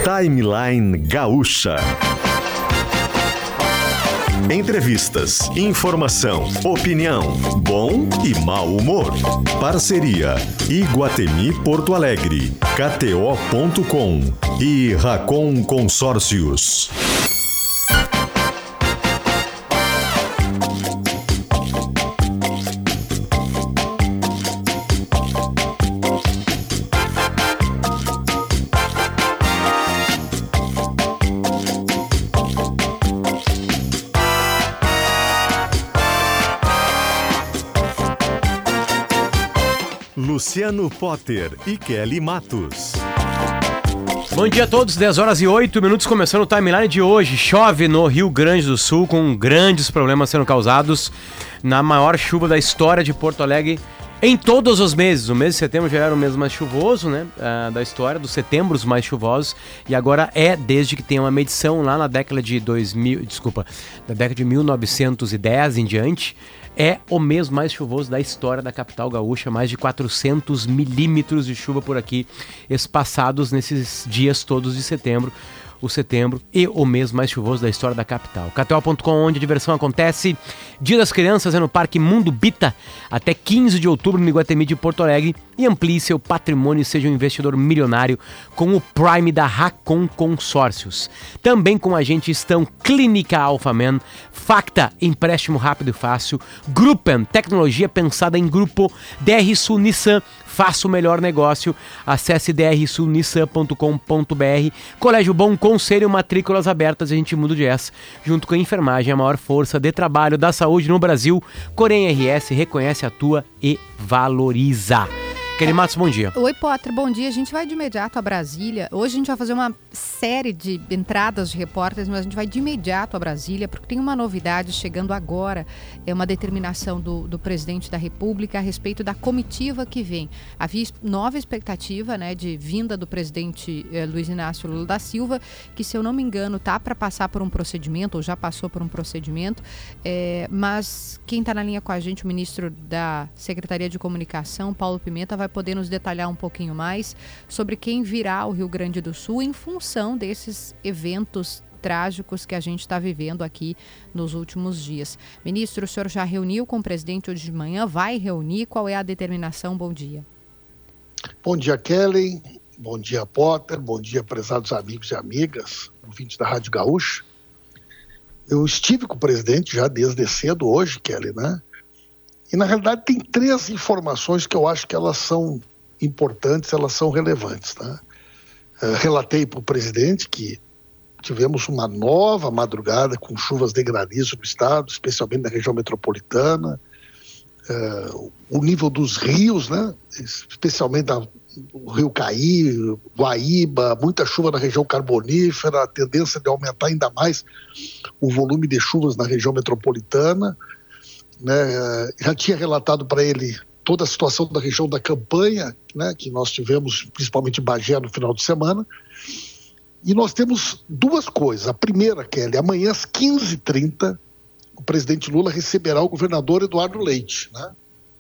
Timeline Gaúcha. Entrevistas, informação, opinião, bom e mau humor. Parceria Iguatemi Porto Alegre, KTO.com e Racon Consórcios. Luciano Potter e Kelly Matos. Bom dia a todos, 10h08, começando o timeline de hoje. Chove no Rio Grande do Sul, com grandes problemas sendo causados na maior chuva da história de Porto Alegre em todos os meses. O mês de setembro já era o mês mais chuvoso, né, da história, dos setembros mais chuvosos, e agora desde que tem uma medição lá na década de 1910 em diante, é o mês mais chuvoso da história da capital gaúcha, mais de 400 milímetros de chuva por aqui, espaçados nesses dias todos de setembro, e o mês mais chuvoso da história da capital. KTO.com, onde a diversão acontece. Dia das Crianças é no Parque Mundo Bita, até 15 de outubro no Iguatemi de Porto Alegre, e amplie seu patrimônio e seja um investidor milionário com o Prime da Racon Consórcios. Também com a gente estão Clínica Alphaman, Facta, empréstimo rápido e fácil, Gruppen, tecnologia pensada em grupo, DR Sul Nissan, faça o melhor negócio, acesse drsulnissan.com.br, Colégio Bom Conselho, matrículas abertas, a gente muda de S, junto com a enfermagem, a maior força de trabalho da saúde no Brasil. Corém RS reconhece, atua e valoriza. Kelly Matos, bom dia. Oi, Potter, bom dia. A gente vai de imediato a Brasília. Hoje a gente vai fazer uma série de entradas de repórteres, mas a gente vai de imediato a Brasília, porque tem uma novidade chegando agora. É uma determinação do presidente da República a respeito da comitiva que vem. Havia nova expectativa, né, de vinda do presidente Luiz Inácio Lula da Silva, que, se eu não me engano, tá para passar por um procedimento, ou já passou por um procedimento, mas quem está na linha com a gente, o ministro da Secretaria de Comunicação, Paulo Pimenta, vai poder nos detalhar um pouquinho mais sobre quem virá ao Rio Grande do Sul em função desses eventos trágicos que a gente está vivendo aqui nos últimos dias. Ministro, o senhor já reuniu com o presidente hoje de manhã? Vai reunir? Qual é a determinação? Bom dia. Bom dia, Kelly. Bom dia, Potter. Bom dia, prezados amigos e amigas, ouvintes da Rádio Gaúcha. Eu estive com o presidente já desde cedo hoje, Kelly, né? E, na realidade, tem 3 informações que eu acho que elas são importantes, elas são relevantes, né? Relatei para o presidente que tivemos uma nova madrugada com chuvas de granizo no estado, especialmente na região metropolitana. O nível dos rios, né? Especialmente o Rio Caí, Guaíba, muita chuva na região carbonífera, a tendência de aumentar ainda mais o volume de chuvas na região metropolitana. Né, já tinha relatado para ele toda a situação da região da campanha, né, que nós tivemos, principalmente em Bagé, no final de semana. E nós temos 2 coisas. A primeira, Kelly, amanhã às 15h30, o presidente Lula receberá o governador Eduardo Leite. Né?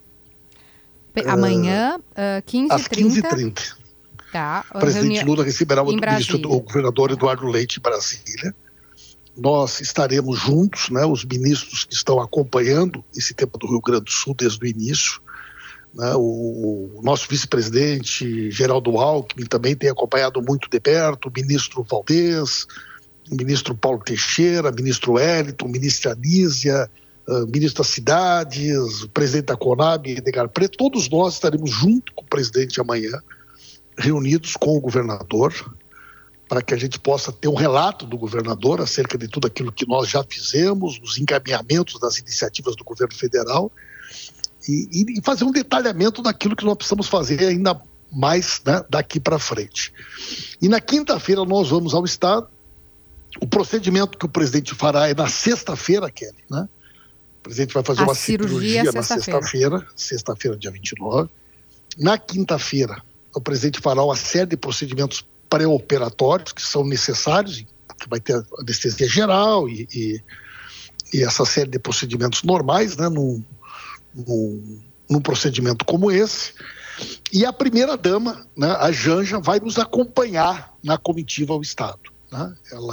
Amanhã, 15h30. Às 15h30. Tá, o presidente Lula receberá o governador Eduardo Leite em Brasília. Nós estaremos juntos, né, os ministros que estão acompanhando esse tema do Rio Grande do Sul desde o início, né, o nosso vice-presidente Geraldo Alckmin também tem acompanhado muito de perto, o ministro Valdez, o ministro Paulo Teixeira, o ministro Wellington, a ministra Anísia, o ministro das Cidades, o presidente da Conab, Edgar Preto. Todos nós estaremos junto com o presidente amanhã, reunidos com o governador, para que a gente possa ter um relato do governador acerca de tudo aquilo que nós já fizemos, os encaminhamentos das iniciativas do governo federal e fazer um detalhamento daquilo que nós precisamos fazer ainda mais, né, daqui para frente. E na quinta-feira nós vamos ao Estado. O procedimento que o presidente fará é na sexta-feira, Kelly, né? O presidente vai fazer uma cirurgia na sexta-feira, dia 29. Na quinta-feira, o presidente fará uma série de procedimentos pré-operatórios que são necessários, que vai ter anestesia geral e essa série de procedimentos normais, né, num procedimento como esse. E a primeira-dama, né, a Janja, vai nos acompanhar na comitiva ao Estado. Né?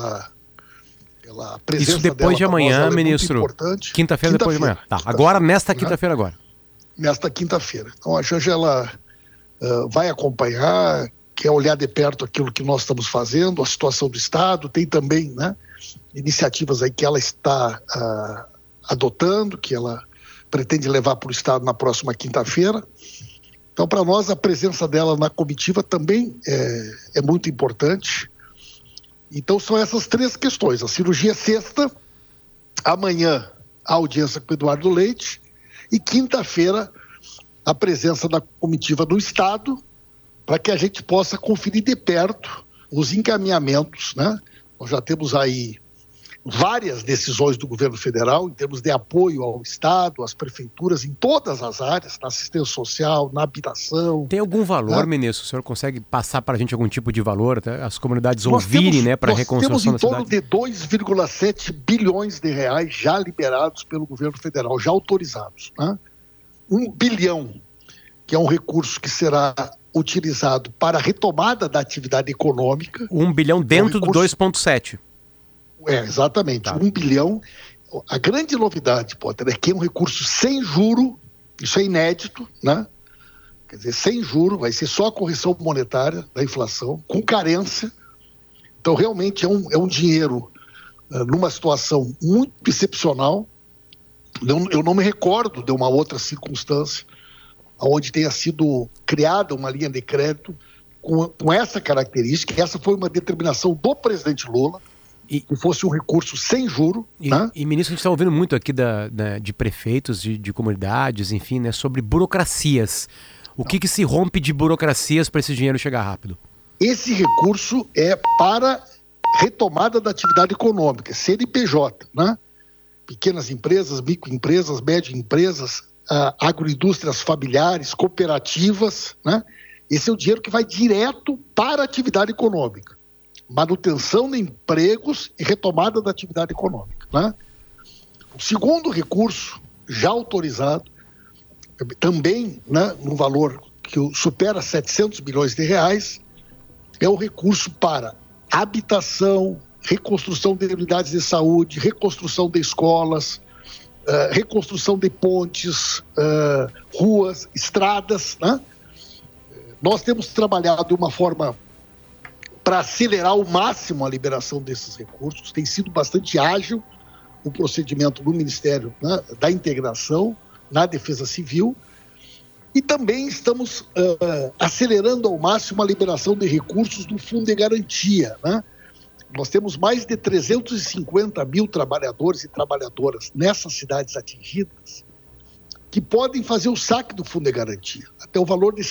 A presença isso depois de amanhã, ministro. Quinta-feira depois de amanhã. Tá, agora, nesta quinta-feira agora. Nesta quinta-feira. Então a Janja, ela vai acompanhar, quer olhar de perto aquilo que nós estamos fazendo, a situação do Estado, tem também, né, iniciativas aí que ela está adotando, que ela pretende levar para o Estado na próxima quinta-feira. Então, para nós, a presença dela na comitiva também é muito importante. Então, são essas três questões. A cirurgia sexta, amanhã a audiência com o Eduardo Leite e quinta-feira a presença da comitiva do Estado para que a gente possa conferir de perto os encaminhamentos, né? Nós já temos aí várias decisões do governo federal em termos de apoio ao Estado, às prefeituras, em todas as áreas, na assistência social, na habitação. Tem algum valor, ministro? O senhor consegue passar para a gente algum tipo de valor, tá? As comunidades ouvirem, né, para a reconstrução da cidade? Nós temos em torno de 2,7 bilhões de reais já liberados pelo governo federal, já autorizados. Né? 1 bilhão, que é um recurso que será utilizado para a retomada da atividade econômica. 1 bilhão dentro do 2,7. Exatamente, tá. 1 bilhão. A grande novidade, Potter, é que é um recurso sem juro, isso é inédito, né? Quer dizer, sem juro, vai ser só a correção monetária da inflação, com carência. Então, realmente é um dinheiro numa situação muito excepcional. Eu não me recordo de uma outra circunstância onde tenha sido criada uma linha de crédito com essa característica. Essa foi uma determinação do presidente Lula, que fosse um recurso sem juro. Né? E, ministro, a gente está ouvindo muito aqui de prefeitos, de comunidades, enfim, né, sobre burocracias. O que se rompe de burocracias para esse dinheiro chegar rápido? Esse recurso é para retomada da atividade econômica, CNPJ, né? Pequenas empresas, microempresas, médias empresas, agroindústrias familiares, cooperativas, né? Esse é o dinheiro que vai direto para a atividade econômica. Manutenção de empregos e retomada da atividade econômica. Né? O segundo recurso, já autorizado, também, né, num valor que supera 700 bilhões de reais, é o recurso para habitação, reconstrução de unidades de saúde, reconstrução de escolas, reconstrução de pontes, ruas, estradas. Né? Nós temos trabalhado de uma forma para acelerar ao máximo a liberação desses recursos. Tem sido bastante ágil o procedimento do Ministério, né, da Integração, na Defesa Civil, e também estamos acelerando ao máximo a liberação de recursos do Fundo de Garantia. Né? Nós temos mais de 350 mil trabalhadores e trabalhadoras nessas cidades atingidas que podem fazer o saque do Fundo de Garantia, até o valor de R$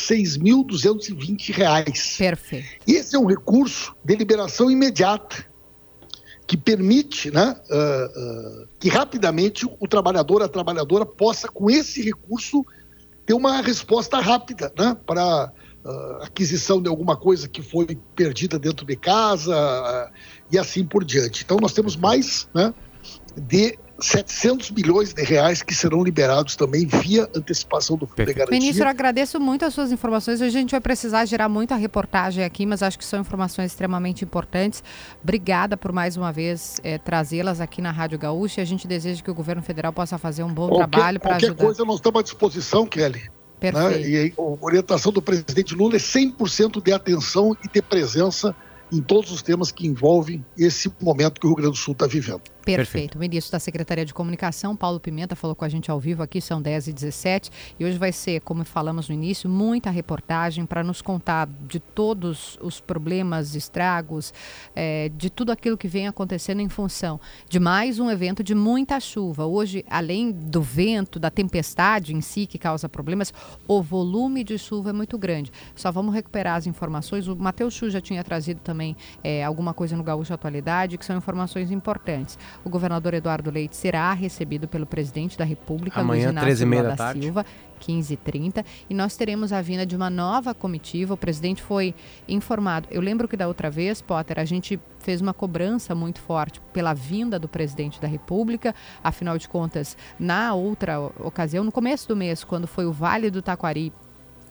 6.220. Perfeito. Esse é um recurso de liberação imediata, que permite, né, que rapidamente o trabalhador, a trabalhadora, possa, com esse recurso, ter uma resposta rápida, né, para aquisição de alguma coisa que foi perdida dentro de casa e assim por diante. Então, nós temos mais, né, de 700 bilhões de reais que serão liberados também via antecipação do Fundo de Garantia. Ministro, eu agradeço muito as suas informações. Hoje a gente vai precisar gerar muita reportagem aqui, mas acho que são informações extremamente importantes. Obrigada por mais uma vez trazê-las aqui na Rádio Gaúcha. A gente deseja que o governo federal possa fazer um bom trabalho para ajudar. Qualquer coisa nós estamos à disposição, Kelly. Perfeito. Né? E a orientação do presidente Lula é 100% de atenção e de presença em todos os temas que envolvem esse momento que o Rio Grande do Sul está vivendo. Perfeito. O ministro da Secretaria de Comunicação, Paulo Pimenta, falou com a gente ao vivo aqui, são 10h17, e hoje vai ser, como falamos no início, muita reportagem para nos contar de todos os problemas, estragos, de tudo aquilo que vem acontecendo em função de mais um evento de muita chuva. Hoje, além do vento, da tempestade em si que causa problemas, o volume de chuva é muito grande. Só vamos recuperar as informações. O Matheus Chu já tinha trazido também alguma coisa no Gaúcho Atualidade, que são informações importantes. O governador Eduardo Leite será recebido pelo presidente da República, amanhã, Luiz Inácio Lula da Silva, 15h30, e nós teremos a vinda de uma nova comitiva. O presidente foi informado. Eu lembro que da outra vez, Potter, a gente fez uma cobrança muito forte pela vinda do presidente da República. Afinal de contas, na outra ocasião, no começo do mês, quando foi o Vale do Taquari,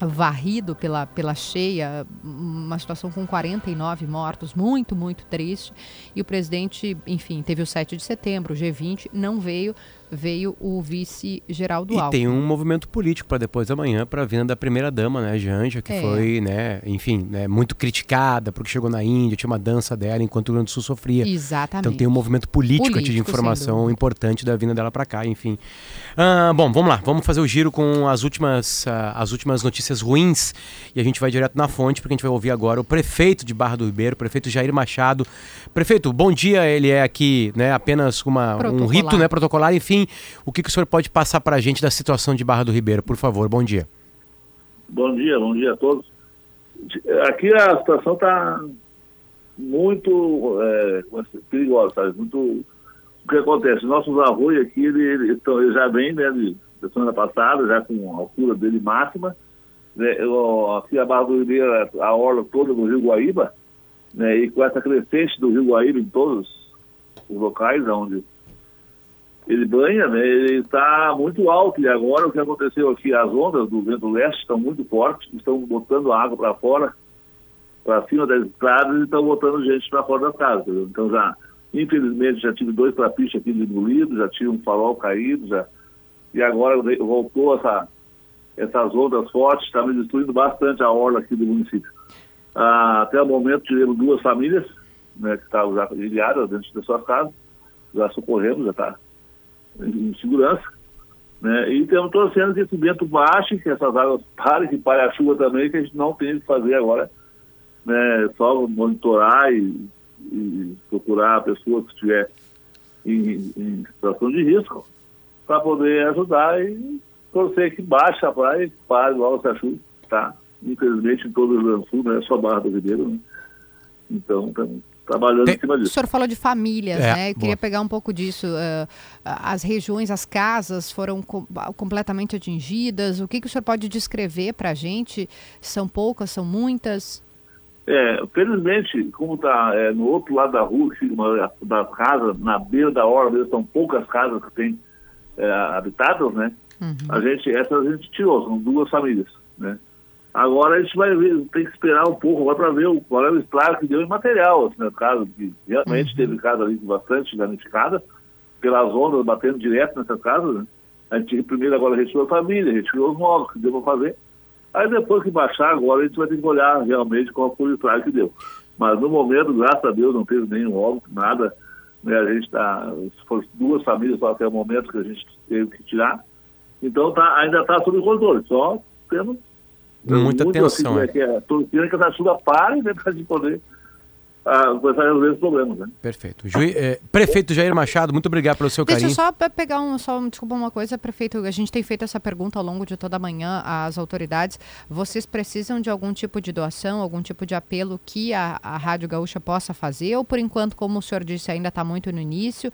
varrido pela cheia, uma situação com 49 mortos, muito, muito triste. E o presidente, enfim, teve o 7 de setembro, o G20, não veio o vice Geraldo Alckmin. E tem um movimento político para depois da manhã, para a vinda da primeira-dama, né, Janja, que foi, né, enfim, né, muito criticada, porque chegou na Índia, tinha uma dança dela enquanto o Rio Grande do Sul sofria. Exatamente. Então tem um movimento político de informação importante da vinda dela para cá, enfim. Bom, vamos lá, vamos fazer o giro com as últimas notícias ruins, e a gente vai direto na fonte, porque a gente vai ouvir agora o prefeito de Barra do Ribeiro, o prefeito Jair Machado. Prefeito, bom dia, ele é aqui, né, apenas um rito, né, protocolar, enfim. O que o senhor pode passar para a gente da situação de Barra do Ribeiro, por favor? Bom dia. Bom dia a todos. Aqui a situação está muito perigosa, sabe? O que acontece? Nossos arroios aqui, ele já vem, né, da semana passada, já com a altura dele máxima. Né, aqui a Barra do Ribeiro, a orla toda do Rio Guaíba, né, e com essa crescente do Rio Guaíba em todos os locais onde ele banha, né, ele está muito alto. E agora o que aconteceu aqui, as ondas do vento leste estão muito fortes, estão botando a água para fora, para cima das estradas, e estão botando gente para fora das casas. Entendeu? Então já, infelizmente, já tive 2 trapiches aqui demolidos, já tive um farol caído, e agora voltou essas ondas fortes, está me destruindo bastante a orla aqui do município. Até o momento tivemos 2 famílias, né, que estavam já ilhadas dentro das suas casas, já socorremos, já está em segurança, né? E estamos torcendo que esse vento baixe, que essas águas parem, que pare a chuva também, que a gente não tem que fazer agora, né? Só monitorar e procurar a pessoa que estiver em situação de risco para poder ajudar e torcer que baixe a praia e pare logo essa chuva, tá? Infelizmente em todo o Rio Grande do Sul, não é só Barra do Ribeiro, né? Então estamos trabalhando em cima disso. O senhor falou de famílias, né? Eu queria pegar um pouco disso. As regiões, as casas foram completamente atingidas. O que o senhor pode descrever para a gente? São poucas, são muitas? Felizmente, como está no outro lado da rua, das casas, na beira da orla, são poucas casas que têm habitadas, né? Uhum. Essas a gente tirou, são 2 famílias, né? Agora a gente vai ver, tem que esperar um pouco agora para ver qual é o estrago que deu em material, assim, no caso, que realmente teve casa ali bastante danificada, pelas ondas batendo direto nessas casas, né? A gente primeiro agora retirou a família, retirou os móveis que deu para fazer. Aí depois que baixar agora a gente vai ter que olhar realmente qual foi o estrago que deu. Mas no momento, graças a Deus, não teve nenhum óbito, nada, né? A gente se for 2 famílias só até o momento que a gente teve que tirar. Então ainda está sob controle, só temos muita atenção. Torcendo que essa chuva pare, né, para a gente poder começar a resolver os problemas, né? Perfeito. Prefeito Jair Machado, muito obrigado pelo seu carinho. Deixa eu só pegar desculpa uma coisa, prefeito, a gente tem feito essa pergunta ao longo de toda a manhã às autoridades. Vocês precisam de algum tipo de doação, algum tipo de apelo que a Rádio Gaúcha possa fazer, ou por enquanto, como o senhor disse, ainda está muito no início,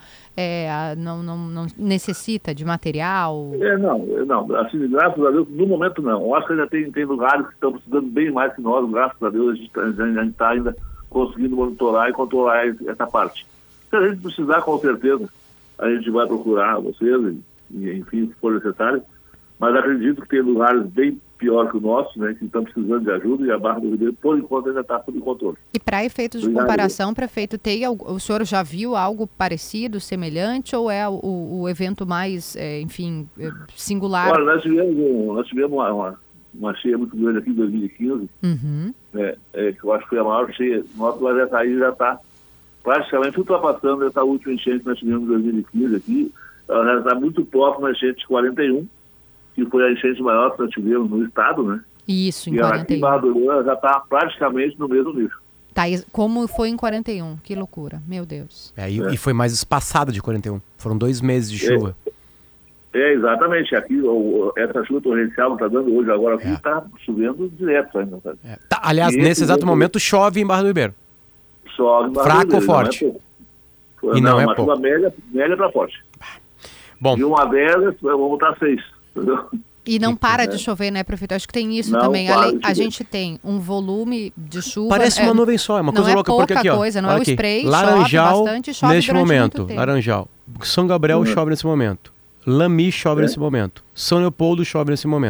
não necessita de material? Não, assim, graças a Deus, no momento não. Eu acho que ainda tem lugares que estão precisando bem mais que nós, graças a Deus, a gente está ainda conseguindo monitorar e controlar essa parte. Se a gente precisar, com certeza, a gente vai procurar vocês, e enfim, se for necessário, mas acredito que tem lugares bem pior que o nosso, né, que estão precisando de ajuda, e a Barra do Ribeiro, por enquanto, ainda está sob controle. E para efeitos de comparação, prefeito, o senhor já viu algo parecido, semelhante, ou é o evento mais, singular? Olha, nós tivemos uma cheia muito grande aqui em 2015, que eu acho que foi a maior cheia nossa, mas já está praticamente ultrapassando essa última enchente que nós tivemos em 2015 aqui. Ela já está muito próxima da enchente de 41, que foi a enchente maior que nós tivemos no estado, né? Isso, em 41. E aqui em Barra do Ribeiro já está praticamente no mesmo nível. Tá, como foi em 41, que loucura, meu Deus. E foi mais espaçada de 41, foram 2 meses de chuva. Exatamente. Aqui, essa chuva torrencial que está dando hoje, agora aqui, está chovendo direto ainda. Aliás, nesse exato momento, chove em Barra do Ribeiro. Chove em Barra Fraco do Ribeiro, ou forte? Não é pouco. Chuva média para forte. Bom. De 1 a 10, vamos botar 6. Entendeu? E não para de chover, né, prefeito? Acho que tem isso também. A gente tem um volume de chuva... Parece uma nuvem só, é uma coisa louca. Porque aqui, coisa, não é o spray, Laranjal, chove bastante, chove neste momento. muito Laranjal. São Gabriel chove nesse momento. Lami chove nesse momento. São Leopoldo chove nesse momento.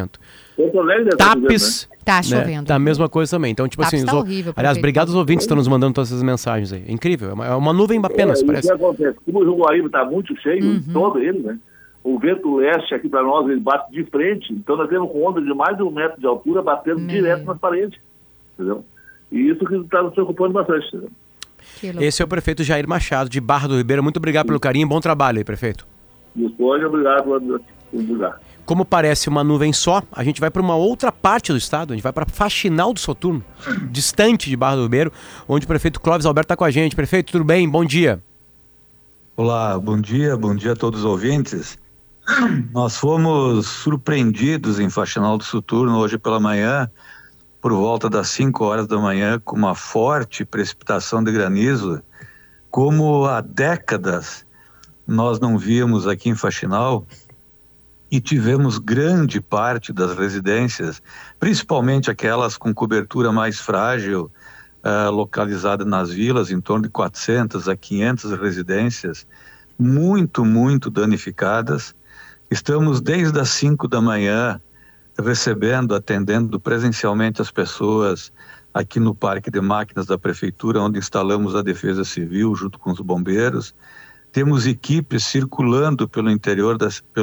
Tapes. Tá chovendo. Tá a mesma coisa também. Então, tipo assim, horrível, aliás, obrigado aos ouvintes que estão nos mandando todas essas mensagens aí. É incrível. É uma nuvem apenas, parece. O que acontece? Como o Jaguaribe está muito cheio, todo ele, né? O vento leste aqui para nós, ele bate de frente. Então nós temos com onda de mais de 1 metro de altura batendo direto nas paredes. Entendeu? E isso que está nos preocupando bastante. Entendeu? Esse é o prefeito Jair Machado, de Barra do Ribeiro. Muito obrigado pelo carinho. Bom trabalho aí, prefeito. Disponha, obrigado por divulgar. Como parece uma nuvem só, a gente vai para uma outra parte do estado, a gente vai para Faxinal do Soturno, distante de Barra do Ribeiro, onde o prefeito Clóvis Alberto está com a gente. Prefeito, tudo bem? Bom dia. Olá, bom dia a todos os ouvintes. Nós fomos surpreendidos em Faxinal do Soturno hoje pela manhã, por volta das 5 horas da manhã, com uma forte precipitação de granizo, como há décadas nós não víamos aqui em Faxinal. E tivemos grande parte das residências, principalmente aquelas com cobertura mais frágil, localizada nas vilas, em torno de 400 a 500 residências, muito danificadas. Estamos desde as 5 da manhã atendendo presencialmente as pessoas aqui no Parque de Máquinas da Prefeitura, onde instalamos a Defesa Civil junto com os bombeiros. Temos equipes circulando pelo interior,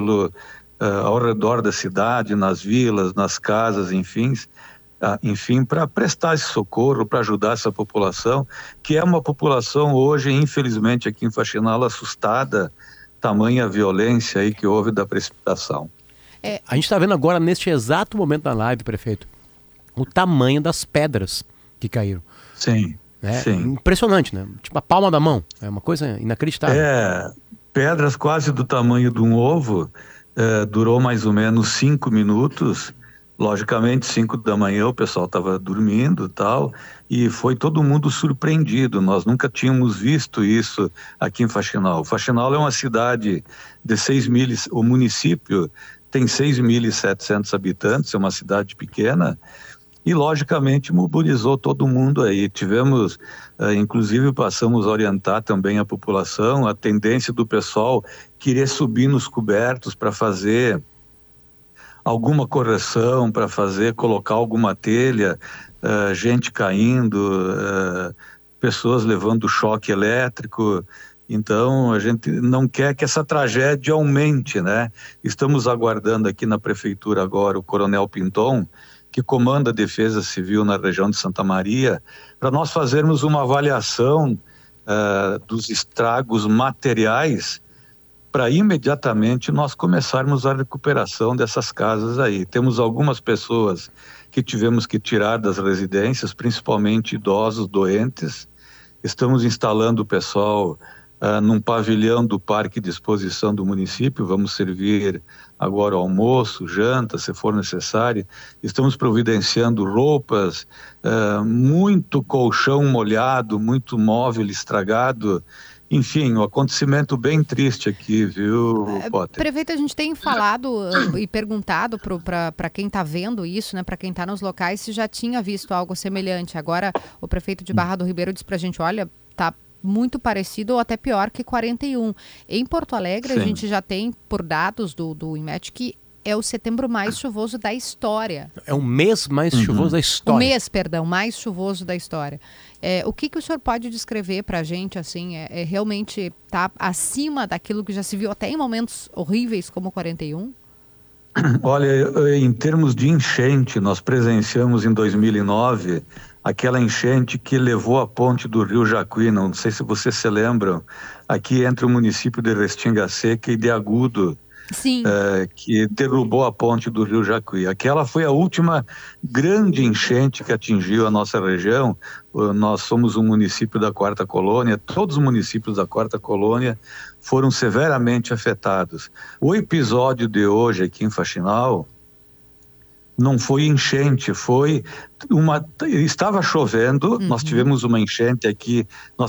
ao redor da cidade, nas vilas, nas casas, enfim, para prestar esse socorro, para ajudar essa população, que é uma população hoje, infelizmente, aqui em Faxinal, assustada, tamanha violência aí que houve da precipitação. A gente está vendo agora, neste exato momento da live, prefeito, o tamanho das pedras que caíram. Sim, sim. Impressionante, né? Tipo a palma da mão, é uma coisa inacreditável. Pedras quase do tamanho de um ovo. Durou mais ou menos 5 minutos, logicamente 5 da manhã o pessoal estava dormindo e tal, e foi todo mundo surpreendido. Nós nunca tínhamos visto isso aqui em Faxinal. Faxinal é uma cidade de 6 mil, o município tem 6.700 habitantes, é uma cidade pequena, e logicamente mobilizou todo mundo aí. Tivemos, inclusive passamos a orientar também a população, a tendência do pessoal querer subir nos cobertos para fazer alguma correção, para colocar alguma telha, gente caindo, pessoas levando choque elétrico. Então a gente não quer que essa tragédia aumente, né? Estamos aguardando aqui na prefeitura agora o Coronel Pinton, que comanda a Defesa Civil na região de Santa Maria, para nós fazermos uma avaliação dos estragos materiais, para imediatamente nós começarmos a recuperação dessas casas aí. Temos algumas pessoas que tivemos que tirar das residências, principalmente idosos, doentes. Estamos instalando o pessoal num pavilhão do Parque de Exposição do município. Vamos servir agora almoço, janta, se for necessário. Estamos providenciando roupas, muito colchão molhado, muito móvel estragado. Enfim, um acontecimento bem triste aqui, viu, Potter? Prefeito, a gente tem falado e perguntado para quem está vendo isso, né, para quem está nos locais, se já tinha visto algo semelhante. Agora, o prefeito de Barra do Ribeiro disse para a gente, olha, tá muito parecido ou até pior que 41. Em Porto Alegre, sim, a gente já tem, por dados do INMET, que é o setembro mais chuvoso da história. É o mês mais chuvoso da história. O mês, perdão, mais chuvoso da história. O que o senhor pode descrever para a gente, assim, realmente tá acima daquilo que já se viu até em momentos horríveis como 41? Olha, em termos de enchente, nós presenciamos em 2009 aquela enchente que levou a ponte do Rio Jacuí, não sei se vocês se lembram, aqui entre o município de Restinga Seca e de Agudo. Sim. Que derrubou a ponte do Rio Jacuí. Aquela foi a última grande enchente que atingiu a nossa região. Nós somos um município da Quarta Colônia, todos os municípios da Quarta Colônia foram severamente afetados. O episódio de hoje aqui em Faxinal não foi enchente, estava chovendo, nós tivemos uma enchente aqui,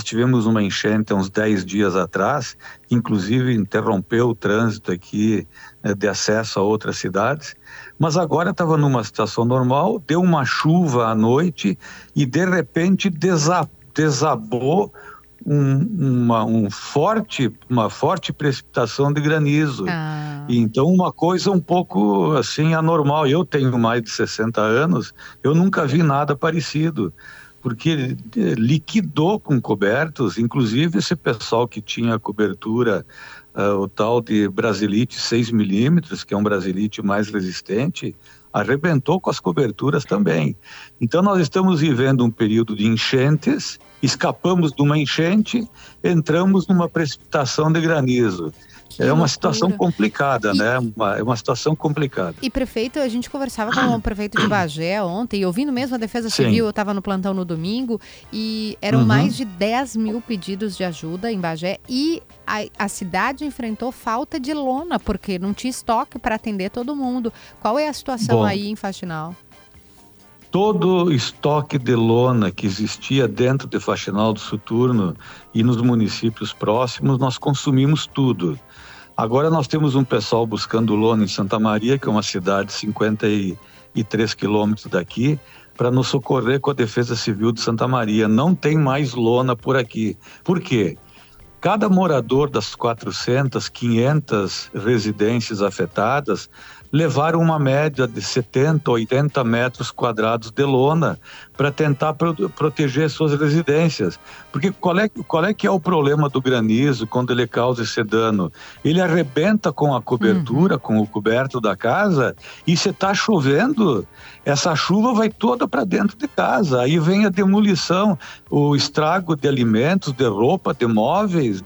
há uns 10 dias atrás, que inclusive interrompeu o trânsito aqui de acesso a outras cidades, mas agora estava numa situação normal, deu uma chuva à noite e de repente desabou uma forte precipitação de granizo. Então, uma coisa um pouco assim anormal. Eu tenho mais de 60 anos, eu nunca vi nada parecido, porque liquidou com cobertos, inclusive esse pessoal que tinha cobertura, o tal de Brasilite 6 milímetros, que é um Brasilite mais resistente, arrebentou com as coberturas também. Então nós estamos vivendo um período de enchentes, escapamos de uma enchente, entramos numa precipitação de granizo. É uma situação complicada, né? É uma situação complicada. E prefeito, a gente conversava com o prefeito de Bagé ontem, ouvindo mesmo a Defesa Civil, eu estava no plantão no domingo, e eram mais de 10 mil pedidos de ajuda em Bagé, e a cidade enfrentou falta de lona, porque não tinha estoque para atender todo mundo. Qual é a situação aí em Faxinal? Todo o estoque de lona que existia dentro de Faxinal do Soturno e nos municípios próximos, nós consumimos tudo. Agora nós temos um pessoal buscando lona em Santa Maria, que é uma cidade 53 quilômetros daqui, para nos socorrer com a Defesa Civil de Santa Maria. Não tem mais lona por aqui. Por quê? Cada morador das 400, 500 residências afetadas levaram uma média de 70, 80 metros quadrados de lona para tentar proteger suas residências. Porque qual é que é o problema do granizo quando ele causa esse dano? Ele arrebenta com a cobertura, com o coberto da casa, e se está chovendo, essa chuva vai toda para dentro de casa. Aí vem a demolição, o estrago de alimentos, de roupa, de móveis,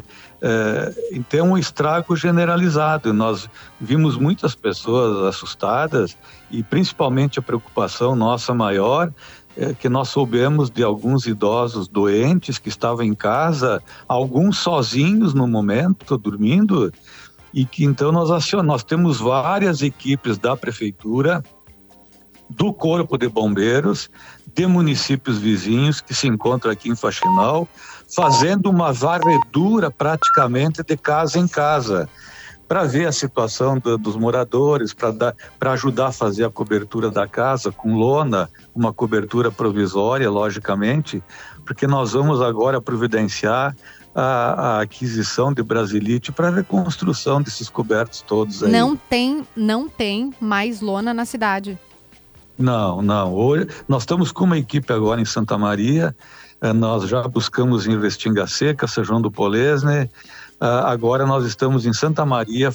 então um estrago generalizado. Nós vimos muitas pessoas assustadas, e principalmente a preocupação nossa maior é que nós soubemos de alguns idosos doentes que estavam em casa, alguns sozinhos no momento, dormindo, e que então nós temos várias equipes da prefeitura, do Corpo de Bombeiros, de municípios vizinhos que se encontram aqui em Faxinal, fazendo uma varredura praticamente de casa em casa, para ver a situação dos moradores, para ajudar a fazer a cobertura da casa com lona, uma cobertura provisória, logicamente, porque nós vamos agora providenciar a aquisição de Brasilite para a reconstrução desses cobertos todos aí. Não tem mais lona na cidade. Não. Hoje, nós estamos com uma equipe agora em Santa Maria, nós já buscamos em Restinga Seca, São João do Polesne, agora nós estamos em Santa Maria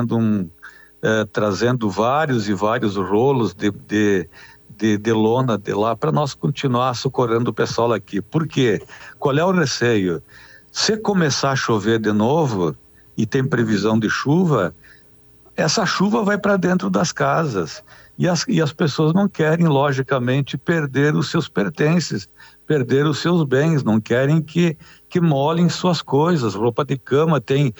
trazendo vários e vários rolos de lona de lá para nós continuar socorrendo o pessoal aqui. Por quê? Qual é o receio? Se começar a chover de novo e tem previsão de chuva, essa chuva vai para dentro das casas. E as pessoas não querem, logicamente, perder os seus pertences, perder os seus bens, não querem que molhem suas coisas. Roupa de cama, tem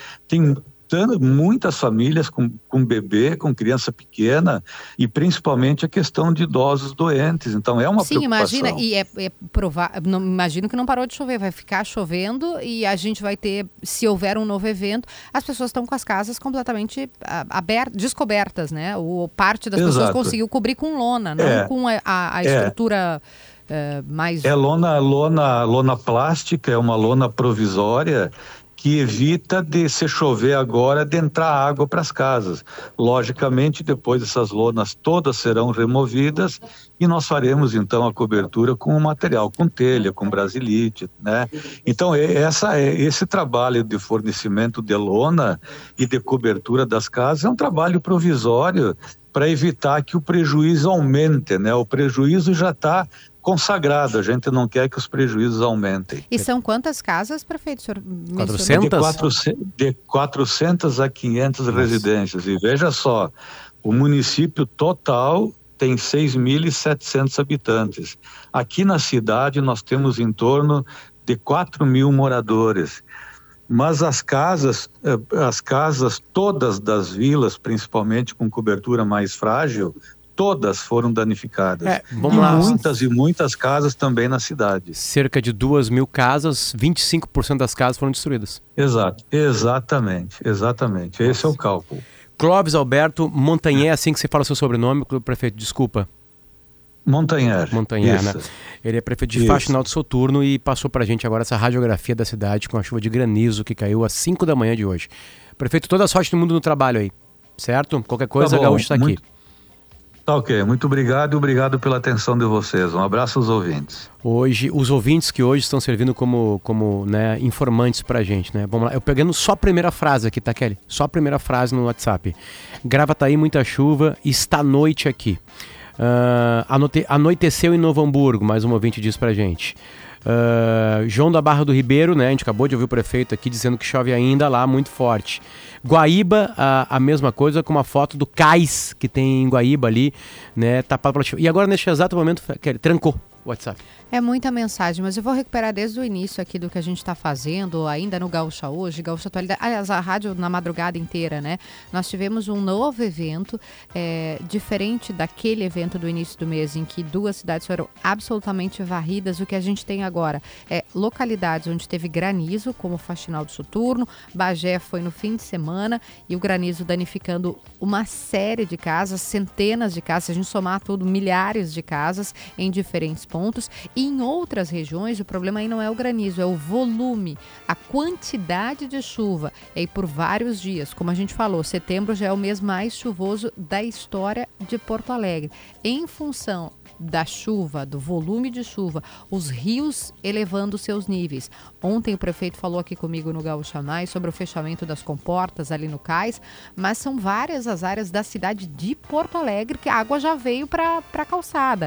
muitas famílias com bebê, com criança pequena, e principalmente a questão de idosos doentes. Então é uma preocupação. Sim, imagina, e é provável, imagino que não parou de chover, vai ficar chovendo, e a gente vai ter, se houver um novo evento, as pessoas estão com as casas completamente descobertas, né? Parte das pessoas conseguiu cobrir com lona, não com a estrutura mais... É lona plástica, é uma lona provisória, que evita de se chover agora de entrar água para as casas. Logicamente, depois essas lonas todas serão removidas e nós faremos então a cobertura com o material, com telha, com Brasilite, né? Então esse trabalho de fornecimento de lona e de cobertura das casas é um trabalho provisório para evitar que o prejuízo aumente, né? O prejuízo já está consagrado, a gente não quer que os prejuízos aumentem. E são quantas casas, prefeito? 400? De 400 a 500 residências. E veja só, o município total tem 6.700 habitantes. Aqui na cidade nós temos em torno de 4.000 moradores. Mas as casas todas das vilas, principalmente com cobertura mais frágil, todas foram danificadas. Vamos lá. Muitas casas também na cidade. Cerca de 2.000 casas, 25% das casas foram destruídas. Exatamente. Esse é o cálculo. Clóvis Alberto Montanhé, assim que você fala o seu sobrenome, prefeito, desculpa. Montanher, né? Ele é prefeito de Faxinal do Soturno e passou pra gente agora essa radiografia da cidade com a chuva de granizo que caiu às 5 da manhã de hoje. Prefeito, toda a sorte do mundo no trabalho aí, certo? Qualquer coisa, a Gaúcho está aqui. Tá ok, muito obrigado e obrigado pela atenção de vocês. Um abraço aos ouvintes. Hoje, os ouvintes que hoje estão servindo como né, informantes pra gente, né? Vamos lá, eu pegando só a primeira frase aqui, tá, Kelly? Só a primeira frase no WhatsApp. Gravataí, muita chuva, está noite aqui. Anoiteceu em Novo Hamburgo, mais um ouvinte diz pra gente. João da Barra do Ribeiro, né? A gente acabou de ouvir o prefeito aqui dizendo que chove ainda lá, muito forte. Guaíba, a mesma coisa, com uma foto do cais que tem em Guaíba ali, né? Tapado pela chuva. E agora, neste exato momento, trancou o WhatsApp. É muita mensagem, mas eu vou recuperar desde o início aqui do que a gente está fazendo, ainda no Gaúcha Hoje, Gaúcha Atualidade, aliás, a rádio na madrugada inteira, né? Nós tivemos um novo evento, diferente daquele evento do início do mês, em que 2 cidades foram absolutamente varridas. O que a gente tem agora é localidades onde teve granizo, como Faxinal do Soturno, Bagé foi no fim de semana, e o granizo danificando uma série de casas, centenas de casas, se a gente somar tudo, milhares de casas em diferentes pontos. E em outras regiões, o problema aí não é o granizo, é o volume, a quantidade de chuva. E aí, por vários dias, como a gente falou, setembro já é o mês mais chuvoso da história de Porto Alegre. Em função da chuva, do volume de chuva, os rios elevando seus níveis. Ontem o prefeito falou aqui comigo no Gaúcha Mais sobre o fechamento das comportas ali no cais, mas são várias as áreas da cidade de Porto Alegre que a água já veio para a calçada.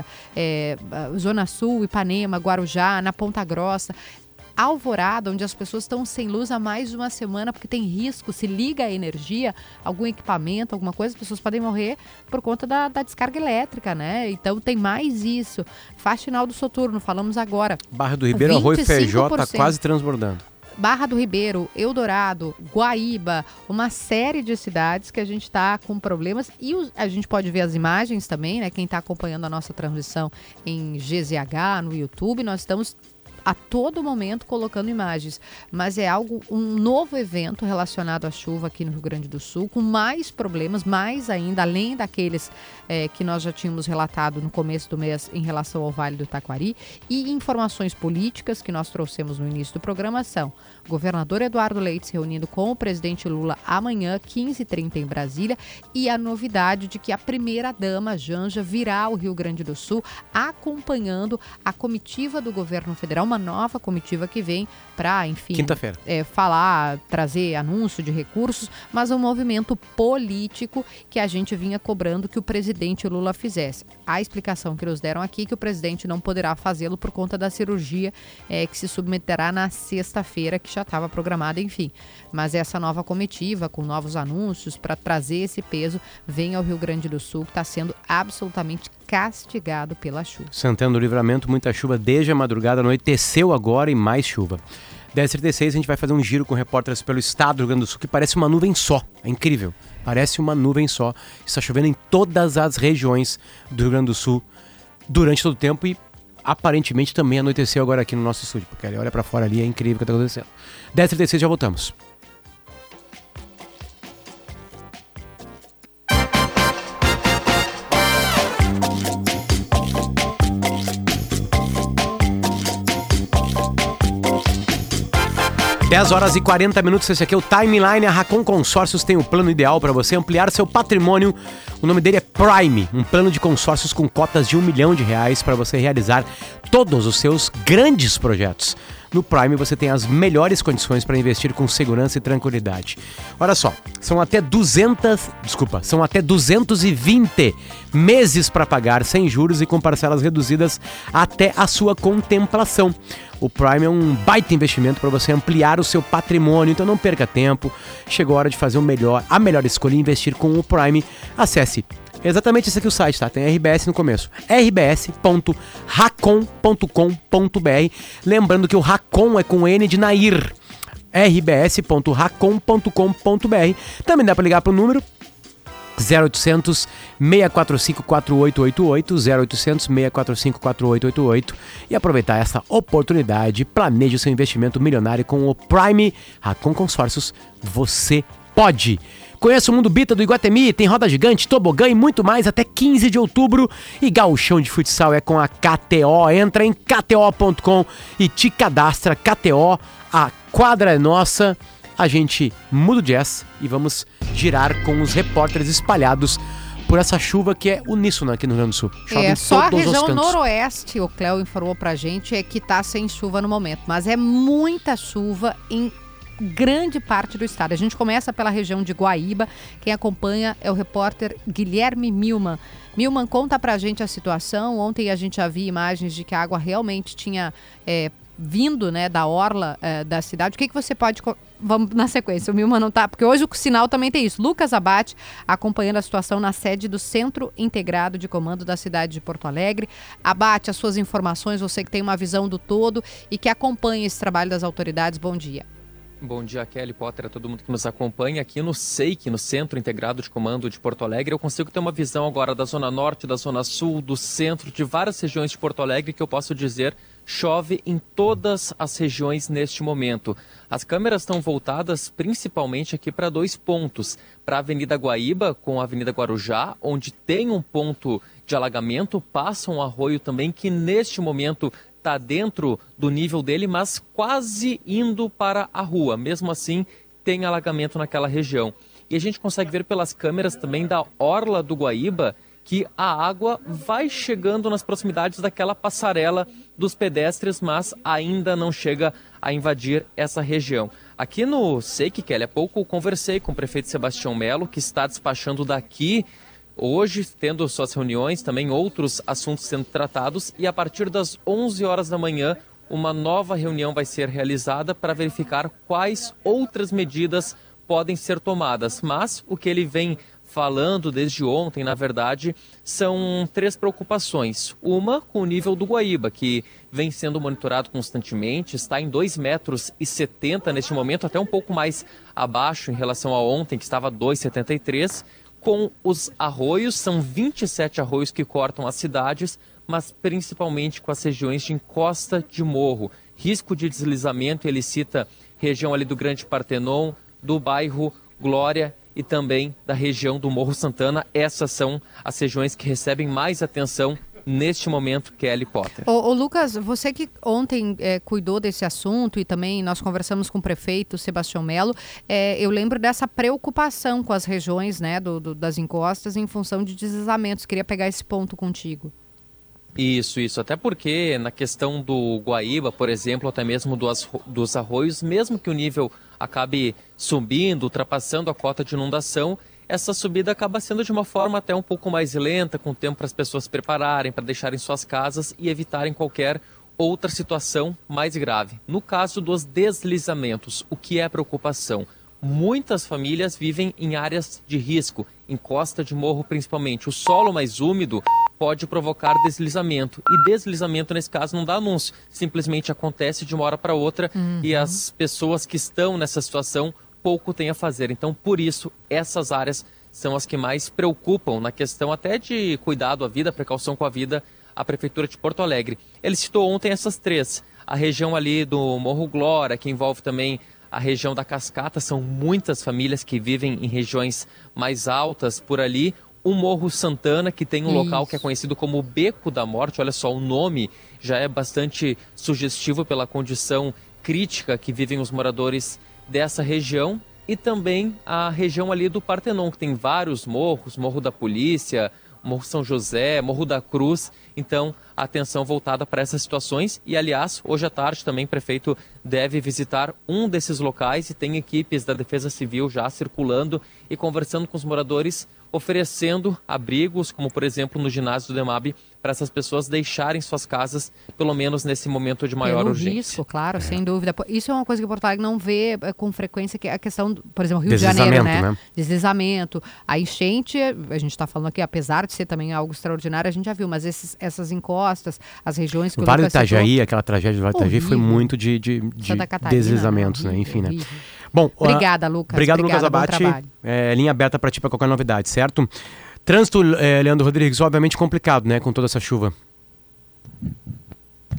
Zona Sul, Ipanema, Guarujá, na Ponta Grossa. Alvorada, onde as pessoas estão sem luz há mais de uma semana porque tem risco, se liga a energia, algum equipamento, alguma coisa, as pessoas podem morrer por conta da descarga elétrica, né? Então tem mais isso. Faxinal do Soturno, falamos agora. Barra do Ribeiro, Arroio Feijó está quase transbordando. Barra do Ribeiro, Eldorado, Guaíba, uma série de cidades que a gente está com problemas e a gente pode ver as imagens também, né? Quem está acompanhando a nossa transmissão em GZH, no YouTube, nós estamos a todo momento colocando imagens, mas é um novo evento relacionado à chuva aqui no Rio Grande do Sul, com mais problemas, mais ainda, além daqueles que nós já tínhamos relatado no começo do mês em relação ao Vale do Taquari, e informações políticas que nós trouxemos no início do programa são: governador Eduardo Leite se reunindo com o presidente Lula amanhã, 15h30 em Brasília, e a novidade de que a primeira-dama, Janja, virá ao Rio Grande do Sul, acompanhando a comitiva do governo federal, uma nova comitiva que vem para, enfim, quinta-feira, falar, trazer anúncio de recursos, mas um movimento político que a gente vinha cobrando que o presidente Lula fizesse. A explicação que nos deram aqui é que o presidente não poderá fazê-lo por conta da cirurgia que se submeterá na sexta-feira, que já estava programada, enfim. Mas essa nova comitiva, com novos anúncios para trazer esse peso, vem ao Rio Grande do Sul, que está sendo absolutamente castigado pela chuva. Santana do Livramento, muita chuva desde a madrugada, anoiteceu agora e mais chuva. 10h36, a gente vai fazer um giro com repórteres pelo estado do Rio Grande do Sul, que parece uma nuvem só, é incrível, parece uma nuvem só. Está chovendo em todas as regiões do Rio Grande do Sul durante todo o tempo e aparentemente também anoiteceu agora aqui no nosso estúdio, porque ele olha pra fora ali, é incrível o que está acontecendo. 10h36, já voltamos. Dez horas e 40 minutos, esse aqui é o Timeline. A Racon Consórcios tem o plano ideal para você ampliar seu patrimônio. O nome dele é Prime, um plano de consórcios com cotas de R$1 milhão para você realizar todos os seus grandes projetos. No Prime você tem as melhores condições para investir com segurança e tranquilidade. Olha só, são até 220 meses para pagar sem juros e com parcelas reduzidas até a sua contemplação. O Prime é um baita investimento para você ampliar o seu patrimônio, então não perca tempo. Chegou a hora de fazer a melhor escolha e investir com o Prime. Acesse exatamente esse aqui o site, tá? Tem RBS no começo. rbs.racon.com.br. Lembrando que o Racon é com N de Nair. rbs.racon.com.br. Também dá para ligar para o número 0800 645 4888, 0800 645 4888 e aproveitar essa oportunidade. Planeje o seu investimento milionário com o Prime. Racon Consórcios, você pode. Conheça o Mundo Bita do Iguatemi, tem roda gigante, tobogã e muito mais até 15 de outubro. E gauchão de futsal é com a KTO. Entra em kto.com e te cadastra. KTO, a quadra é nossa. A gente muda o jazz e vamos girar com os repórteres espalhados por essa chuva que é uníssona aqui no Rio Grande do Sul. Chove só a região noroeste, o Cléo informou pra gente, é que tá sem chuva no momento. Mas é muita chuva em grande parte do estado. A gente começa pela região de Guaíba. Quem acompanha é o repórter Guilherme Milman. Milman, conta pra gente a situação. Ontem a gente já viu imagens de que a água realmente tinha vindo, né, da orla da cidade. O que você pode... Vamos na sequência, o Milman não tá... Porque hoje o sinal também tem isso. Lucas Abate acompanhando a situação na sede do Centro Integrado de Comando da cidade de Porto Alegre. Abate, as suas informações, você que tem uma visão do todo e que acompanha esse trabalho das autoridades. Bom dia. Bom dia, Kelly Potter, a todo mundo que nos acompanha aqui no SEIC, no Centro Integrado de Comando de Porto Alegre. Eu consigo ter uma visão agora da Zona Norte, da Zona Sul, do centro, de várias regiões de Porto Alegre que eu posso dizer chove em todas as regiões neste momento. As câmeras estão voltadas principalmente aqui para 2 pontos. Para a Avenida Guaíba com a Avenida Guarujá, onde tem um ponto de alagamento, passa um arroio também que neste momento está dentro do nível dele, mas quase indo para a rua. Mesmo assim, tem alagamento naquela região. E a gente consegue ver pelas câmeras também da orla do Guaíba que a água vai chegando nas proximidades daquela passarela dos pedestres, mas ainda não chega a invadir essa região. Aqui no SEIC, Kelly, há pouco eu conversei com o prefeito Sebastião Melo, que está despachando daqui hoje, tendo suas reuniões, também outros assuntos sendo tratados, e a partir das 11 horas da manhã, uma nova reunião vai ser realizada para verificar quais outras medidas podem ser tomadas. Mas o que ele vem falando desde ontem, na verdade, são 3 preocupações. Uma com o nível do Guaíba, que vem sendo monitorado constantemente, está em 2,70 metros neste momento, até um pouco mais abaixo em relação a ontem, que estava 2,73. Com os arroios, são 27 arroios que cortam as cidades, mas principalmente com as regiões de encosta de morro. Risco de deslizamento, ele cita região ali do Grande Partenon, do bairro Glória e também da região do Morro Santana. Essas são as regiões que recebem mais atenção neste momento, Kelly Potter. Ô Lucas, você que ontem cuidou desse assunto e também nós conversamos com o prefeito Sebastião Melo, eu lembro dessa preocupação com as regiões, né, das encostas em função de deslizamentos. Queria pegar esse ponto contigo. Isso. Até porque na questão do Guaíba, por exemplo, até mesmo dos arroios, mesmo que o nível acabe subindo, ultrapassando a cota de inundação, essa subida acaba sendo de uma forma até um pouco mais lenta, com tempo para as pessoas se prepararem, para deixarem suas casas e evitarem qualquer outra situação mais grave. No caso dos deslizamentos, o que é preocupação? Muitas famílias vivem em áreas de risco, em costa de morro principalmente. O solo mais úmido pode provocar deslizamento. E deslizamento, nesse caso, não dá anúncio. Simplesmente acontece de uma hora para outra e as pessoas que estão nessa situação pouco têm a fazer. Então, por isso, essas áreas são as que mais preocupam na questão até de cuidado à vida, precaução com a vida, a Prefeitura de Porto Alegre. Ele citou ontem essas 3. A região ali do Morro Glória, que envolve também a região da Cascata, são muitas famílias que vivem em regiões mais altas por ali. O Morro Santana, que tem um local que é conhecido como Beco da Morte. Olha só, o nome já é bastante sugestivo pela condição crítica que vivem os moradores dessa região. E também a região ali do Partenon, que tem vários morros, Morro da Polícia, Morro São José, Morro da Cruz. Então, a atenção voltada para essas situações. E, aliás, hoje à tarde também o prefeito deve visitar um desses locais e tem equipes da Defesa Civil já circulando e conversando com os moradores, oferecendo abrigos, como por exemplo no ginásio do DEMAB, para essas pessoas deixarem suas casas, pelo menos nesse momento de maior urgência. Risco, claro, sem dúvida. Isso é uma coisa que Porto Alegre não vê com frequência, que é a questão, por exemplo, Rio de Janeiro, né? Deslizamento. A enchente, a gente está falando aqui, apesar de ser também algo extraordinário, a gente já viu, mas essas encostas, as regiões que o Vale do Itajaí, aquela tragédia do Vale do Itajaí foi muito de deslizamentos, né? Enfim, né? Bom, obrigada, Lucas. Obrigado, Lucas Abate. Linha aberta para ti para qualquer novidade, certo? Trânsito, Leandro Rodrigues, obviamente complicado, né, com toda essa chuva.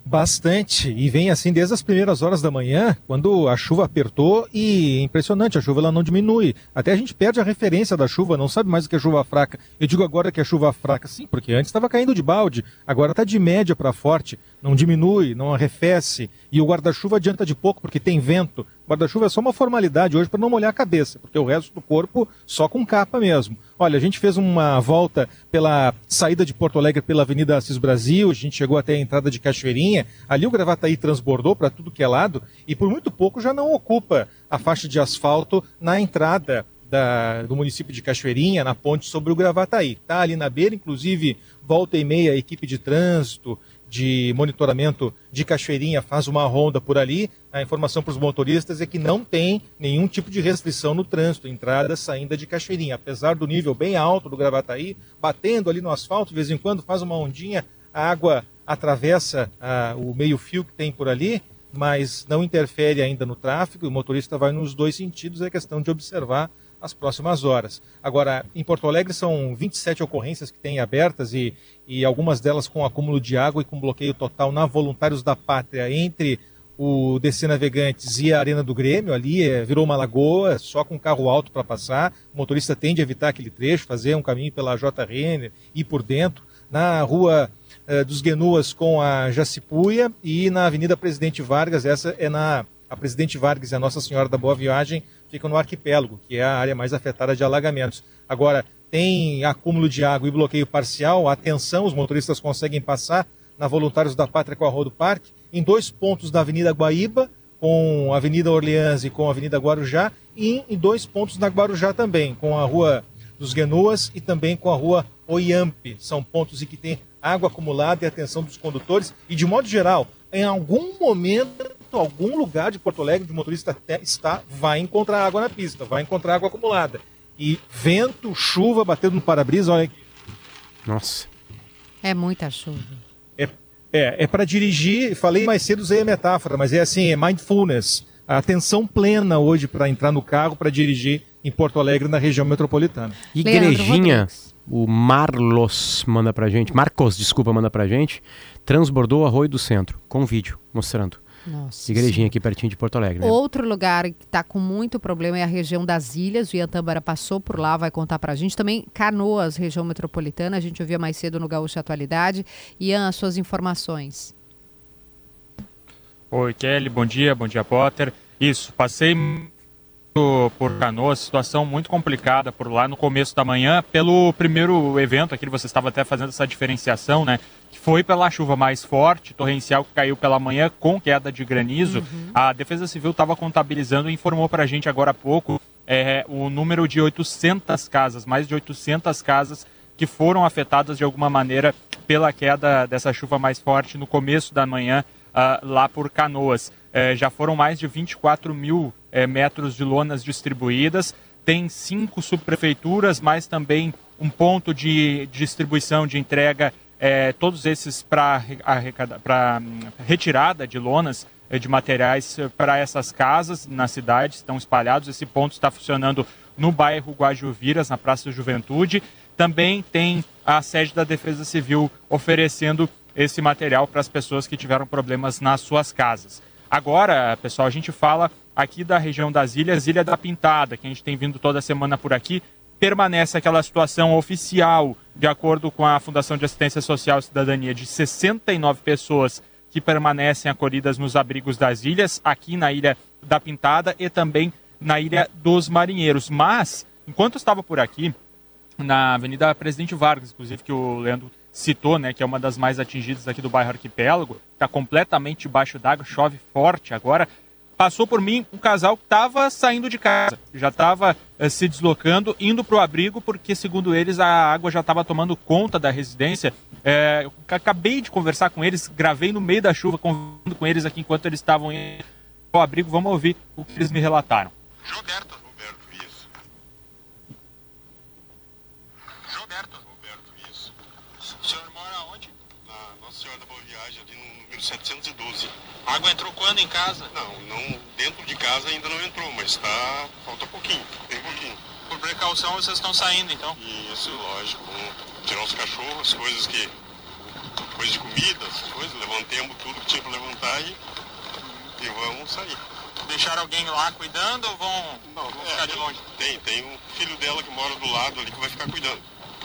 Bastante, e vem assim desde as primeiras horas da manhã, quando a chuva apertou, e é impressionante, a chuva ela não diminui. Até a gente perde a referência da chuva, não sabe mais o que é chuva fraca. Eu digo agora que é chuva fraca, sim, porque antes estava caindo de balde, agora está de média para forte, não diminui, não arrefece, e o guarda-chuva adianta de pouco porque tem vento. O guarda-chuva é só uma formalidade hoje para não molhar a cabeça, porque o resto do corpo só com capa mesmo. Olha, a gente fez uma volta pela saída de Porto Alegre pela Avenida Assis Brasil, a gente chegou até a entrada de Cachoeirinha, ali o Gravataí transbordou para tudo que é lado e por muito pouco já não ocupa a faixa de asfalto na entrada do município de Cachoeirinha, na ponte sobre o Gravataí. Está ali na beira, inclusive volta e meia a equipe de trânsito, de monitoramento de Cachoeirinha faz uma ronda por ali. A informação para os motoristas é que não tem nenhum tipo de restrição no trânsito, entrada e saída de Cachoeirinha. Apesar do nível bem alto do Gravataí, batendo ali no asfalto, de vez em quando faz uma ondinha, a água atravessa o meio-fio que tem por ali, mas não interfere ainda no tráfego, o motorista vai nos dois sentidos, é questão de observar as próximas horas. Agora, em Porto Alegre são 27 ocorrências que têm abertas e algumas delas com acúmulo de água e com bloqueio total na Voluntários da Pátria, entre o DC Navegantes e a Arena do Grêmio, ali virou uma lagoa, só com carro alto para passar, o motorista tende a evitar aquele trecho, fazer um caminho pela J. Renner, ir por dentro, na rua dos Guenuas com a Jacipuia e na Avenida Presidente Vargas, essa é a Presidente Vargas e a Nossa Senhora da Boa Viagem ficam no Arquipélago, que é a área mais afetada de alagamentos. Agora, tem acúmulo de água e bloqueio parcial, atenção, os motoristas conseguem passar na Voluntários da Pátria com a Rua do Parque, em 2 pontos da Avenida Guaíba, com a Avenida Orleans e com a Avenida Guarujá, e em 2 pontos na Guarujá também, com a Rua dos Guenuas e também com a Rua Oiampe. São pontos em que tem água acumulada e atenção dos condutores, e de modo geral, em algum momento, algum lugar de Porto Alegre, onde o motorista vai encontrar água na pista, vai encontrar água acumulada. E vento, chuva batendo no para-brisa, olha aqui. Nossa. É muita chuva. É para dirigir, falei mais cedo, usei a metáfora, mas é assim, é mindfulness. A atenção plena hoje para entrar no carro, para dirigir em Porto Alegre, na região metropolitana. Igrejinha, o Marcos manda pra gente, transbordou o Arroio do Centro, com vídeo mostrando. Nossa, Igrejinha aqui pertinho de Porto Alegre. Né? Outro lugar que está com muito problema é a região das Ilhas. O Ian Tambara passou por lá, vai contar para a gente. Também Canoas, região metropolitana. A gente ouvia mais cedo no Gaúcho Atualidade. Ian, as suas informações. Oi, Kelly. Bom dia, Potter. Isso, passei por Canoas, situação muito complicada por lá no começo da manhã, pelo primeiro evento aqui, você estava até fazendo essa diferenciação, né? Que foi pela chuva mais forte, torrencial, que caiu pela manhã com queda de granizo. A Defesa Civil estava contabilizando e informou para a gente agora há pouco o número de 800 casas, mais de 800 casas que foram afetadas de alguma maneira pela queda dessa chuva mais forte no começo da manhã lá por Canoas. Já foram mais de 24 mil metros de lonas distribuídas, tem 5 subprefeituras, mas também um ponto de distribuição, de entrega, todos esses para retirada de lonas, de materiais para essas casas na cidade, estão espalhados. Esse ponto está funcionando no bairro Guajuviras, na Praça da Juventude. Também tem a sede da Defesa Civil oferecendo esse material para as pessoas que tiveram problemas nas suas casas. Agora, pessoal, a gente fala aqui da região das Ilhas, Ilha da Pintada, que a gente tem vindo toda semana por aqui. Permanece aquela situação oficial, de acordo com a Fundação de Assistência Social e Cidadania, de 69 pessoas que permanecem acolhidas nos abrigos das ilhas, aqui na Ilha da Pintada e também na Ilha dos Marinheiros. Mas, enquanto estava por aqui, na Avenida Presidente Vargas, inclusive, que o Leandro citou, né, que é uma das mais atingidas aqui do bairro Arquipélago, está completamente debaixo d'água, chove forte agora. Passou por mim um casal que estava saindo de casa, já estava se deslocando, indo para o abrigo, porque, segundo eles, a água já estava tomando conta da residência. Eu acabei de conversar com eles, gravei no meio da chuva, conversando com eles aqui enquanto eles estavam indo para o abrigo. Vamos ouvir o que eles me relataram. Roberto, isso. O senhor mora onde? Na Nossa Senhora da Boa Viagem, ali no número 712. A água entrou quando em casa? Não, dentro de casa ainda não entrou, mas falta pouquinho, tem pouquinho. Por precaução vocês estão saindo, então? Isso, lógico. Vamos tirar os cachorros, coisas que coisa de comida, essas coisas, levantemos tudo que tinha para levantar e vamos sair. Deixaram alguém lá cuidando ou vão ficar de longe? Tem um filho dela que mora do lado ali que vai ficar cuidando.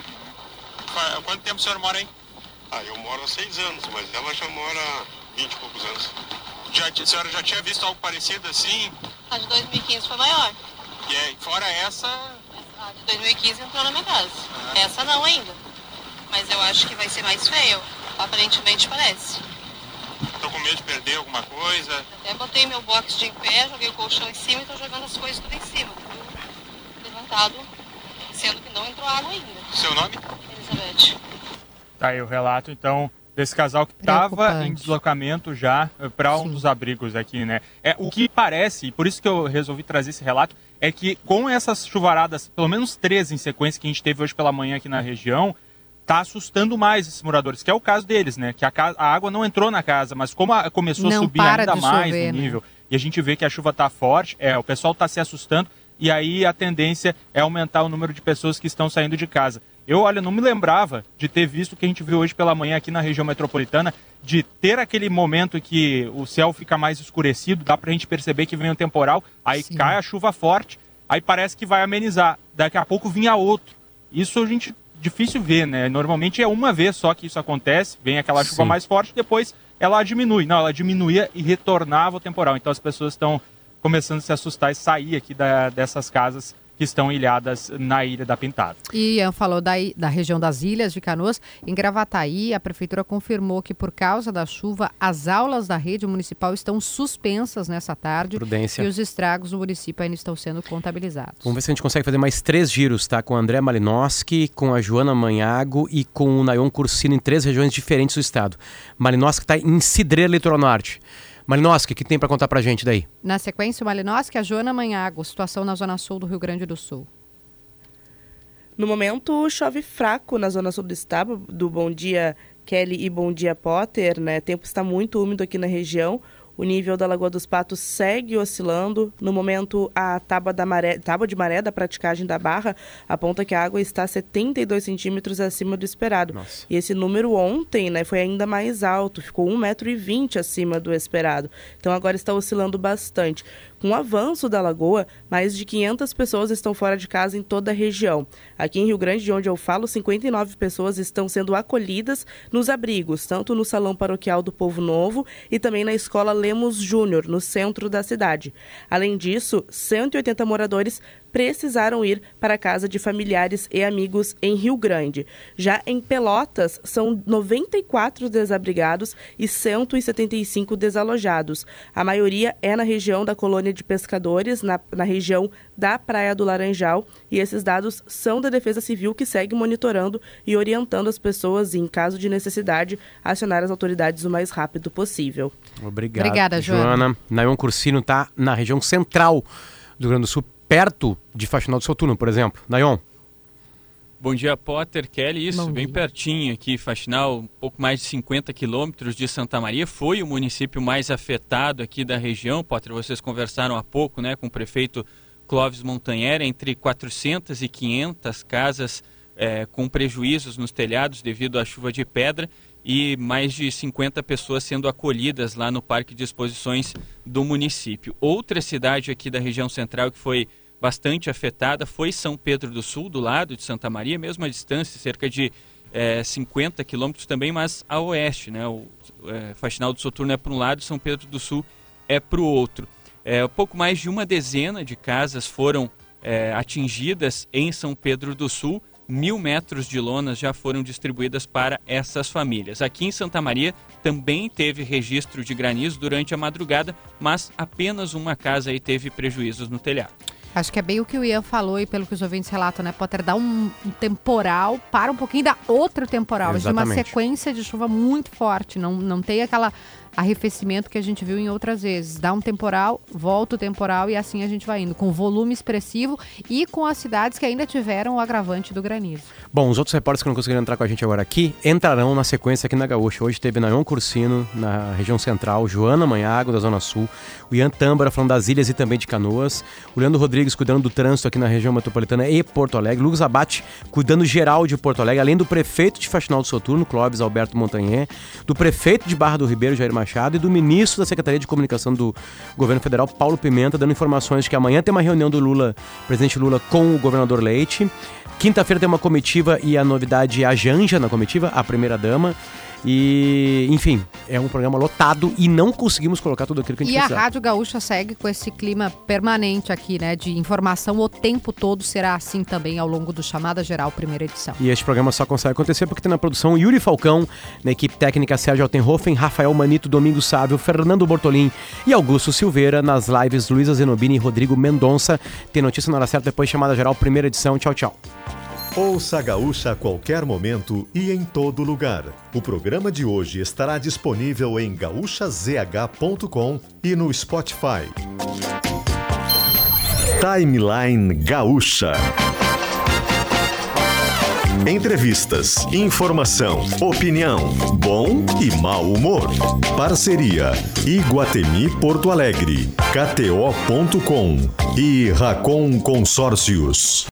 Quanto tempo o senhor mora aí? Eu moro há 6 anos, mas ela já mora há 20 e poucos anos. A senhora já tinha visto algo parecido assim? A de 2015 foi maior. E aí, fora essa... A de 2015 entrou na minha casa. Essa não ainda. Mas eu acho que vai ser mais feio. Aparentemente parece. Tô com medo de perder alguma coisa. Até botei meu box de em pé, joguei o colchão em cima e tô jogando as coisas tudo em cima. Tudo levantado, sendo que não entrou água ainda. Seu nome? Elizabeth. Tá aí o relato, então, desse casal que estava em deslocamento já para um dos abrigos aqui, né? O que parece, e por isso que eu resolvi trazer esse relato, é que com essas chuvaradas, pelo menos 3 em sequência que a gente teve hoje pela manhã aqui na região, tá assustando mais esses moradores, que é o caso deles, né? Que a água não entrou na casa, mas como começou a subir ainda mais o nível, e a gente vê que a chuva tá forte, o pessoal tá se assustando, e aí a tendência é aumentar o número de pessoas que estão saindo de casa. Eu, não me lembrava de ter visto o que a gente viu hoje pela manhã aqui na região metropolitana, de ter aquele momento que o céu fica mais escurecido, dá pra gente perceber que vem um temporal, aí cai a chuva forte, aí parece que vai amenizar, daqui a pouco vinha outro. Isso a gente difícil ver, né? Normalmente é uma vez só que isso acontece, vem aquela chuva mais forte, depois ela diminui. Não, ela diminuía e retornava o temporal. Então as pessoas estão começando a se assustar e sair aqui dessas casas que estão ilhadas na Ilha da Pintada. E Ian falou da região das Ilhas de Canoas. Em Gravataí, a prefeitura confirmou que por causa da chuva, as aulas da rede municipal estão suspensas nessa tarde. Prudência. E os estragos no município ainda estão sendo contabilizados. Vamos ver se a gente consegue fazer mais 3 giros, tá? Com o André Malinowski, com a Joana Manhago e com o Nayon Cursino em 3 regiões diferentes do estado. Malinowski está em Cidreira, Litoral Norte. Malinowski, o que tem para contar pra gente daí? Na sequência, o Malinowski, a Joana Manhago, situação na zona sul do Rio Grande do Sul. No momento, chove fraco na zona sul do estado. Bom dia, Kelly, e bom dia, Potter, né? O tempo está muito úmido aqui na região. O nível da Lagoa dos Patos segue oscilando. No momento, a tábua de maré da praticagem da Barra aponta que a água está 72 centímetros acima do esperado. Nossa. E esse número ontem, né, foi ainda mais alto, ficou 1,20 m acima do esperado. Então agora está oscilando bastante. Com o avanço da lagoa, mais de 500 pessoas estão fora de casa em toda a região. Aqui em Rio Grande, de onde eu falo, 59 pessoas estão sendo acolhidas nos abrigos, tanto no Salão Paroquial do Povo Novo e também na Escola Lemos Júnior, no centro da cidade. Além disso, 180 moradores precisaram ir para a casa de familiares e amigos em Rio Grande. Já em Pelotas, são 94 desabrigados e 175 desalojados. A maioria é na região da colônia de pescadores, na região da Praia do Laranjal, e esses dados são da Defesa Civil, que segue monitorando e orientando as pessoas, em caso de necessidade, acionar as autoridades o mais rápido possível. Obrigada, Joana. Nayon Cursino está na região central do Rio Grande do Sul, perto de Faxinal do Soturno, por exemplo. Nayon. Bom dia, Potter, Kelly. Isso, bem pertinho aqui, Faxinal, um pouco mais de 50 quilômetros de Santa Maria. Foi o município mais afetado aqui da região. Potter, vocês conversaram há pouco, né, com o prefeito Clóvis Montanhera, entre 400 e 500 casas com prejuízos nos telhados devido à chuva de pedra e mais de 50 pessoas sendo acolhidas lá no Parque de Exposições do município. Outra cidade aqui da região central que foi bastante afetada foi São Pedro do Sul, do lado de Santa Maria, mesma distância, cerca de 50 quilômetros também, mas a oeste, né? Faxinal do Soturno é para um lado, São Pedro do Sul é para o outro. Pouco mais de uma dezena de casas foram atingidas em São Pedro do Sul. 1.000 metros de lonas já foram distribuídas para essas famílias. Aqui em Santa Maria também teve registro de granizo durante a madrugada, mas apenas uma casa aí teve prejuízos no telhado. Acho que é bem o que o Ian falou e pelo que os ouvintes relatam, né, Potter? Dá um temporal, para um pouquinho, dá outro temporal. De uma sequência de chuva muito forte. Não tem aquela arrefecimento que a gente viu em outras vezes. Dá um temporal, volta o temporal e assim a gente vai indo, com volume expressivo e com as cidades que ainda tiveram o agravante do granizo. Bom, os outros repórteres que não conseguiram entrar com a gente agora aqui, entrarão na sequência aqui na Gaúcha. Hoje teve Nayon Cursino, na região central, Joana Manhago, da Zona Sul, o Ian Tâmbara falando das ilhas e também de Canoas, o Leandro Rodrigues cuidando do trânsito aqui na região metropolitana e Porto Alegre, Lucas Abate cuidando geral de Porto Alegre, além do prefeito de Faxinal do Soturno, Clóvis Alberto Montanhé, do prefeito de Barra do Ribeiro, Jair Machado, e do ministro da Secretaria de Comunicação do Governo Federal, Paulo Pimenta, dando informações de que amanhã tem uma reunião do Lula, presidente Lula, com o governador Leite. Quinta-feira tem uma comitiva e a novidade é a Janja na comitiva, a primeira-dama. E, enfim, é um programa lotado e não conseguimos colocar tudo aquilo que a gente precisava. E a Rádio Gaúcha segue com esse clima permanente aqui, né, de informação o tempo todo, será assim também ao longo do Chamada Geral, primeira edição. E este programa só consegue acontecer porque tem na produção Yuri Falcão, na equipe técnica Sérgio Altenhofen, Rafael Manito, Domingos Sávio, Fernando Bortolim e Augusto Silveira, nas lives Luísa Zenobini e Rodrigo Mendonça. Tem notícia na hora certa depois Chamada Geral, primeira edição. Tchau, tchau. Ouça a Gaúcha a qualquer momento e em todo lugar. O programa de hoje estará disponível em gaúchazh.com e no Spotify. Timeline Gaúcha. Entrevistas, informação, opinião, bom e mau humor. Parceria Iguatemi Porto Alegre, KTO.com e Racon Consórcios.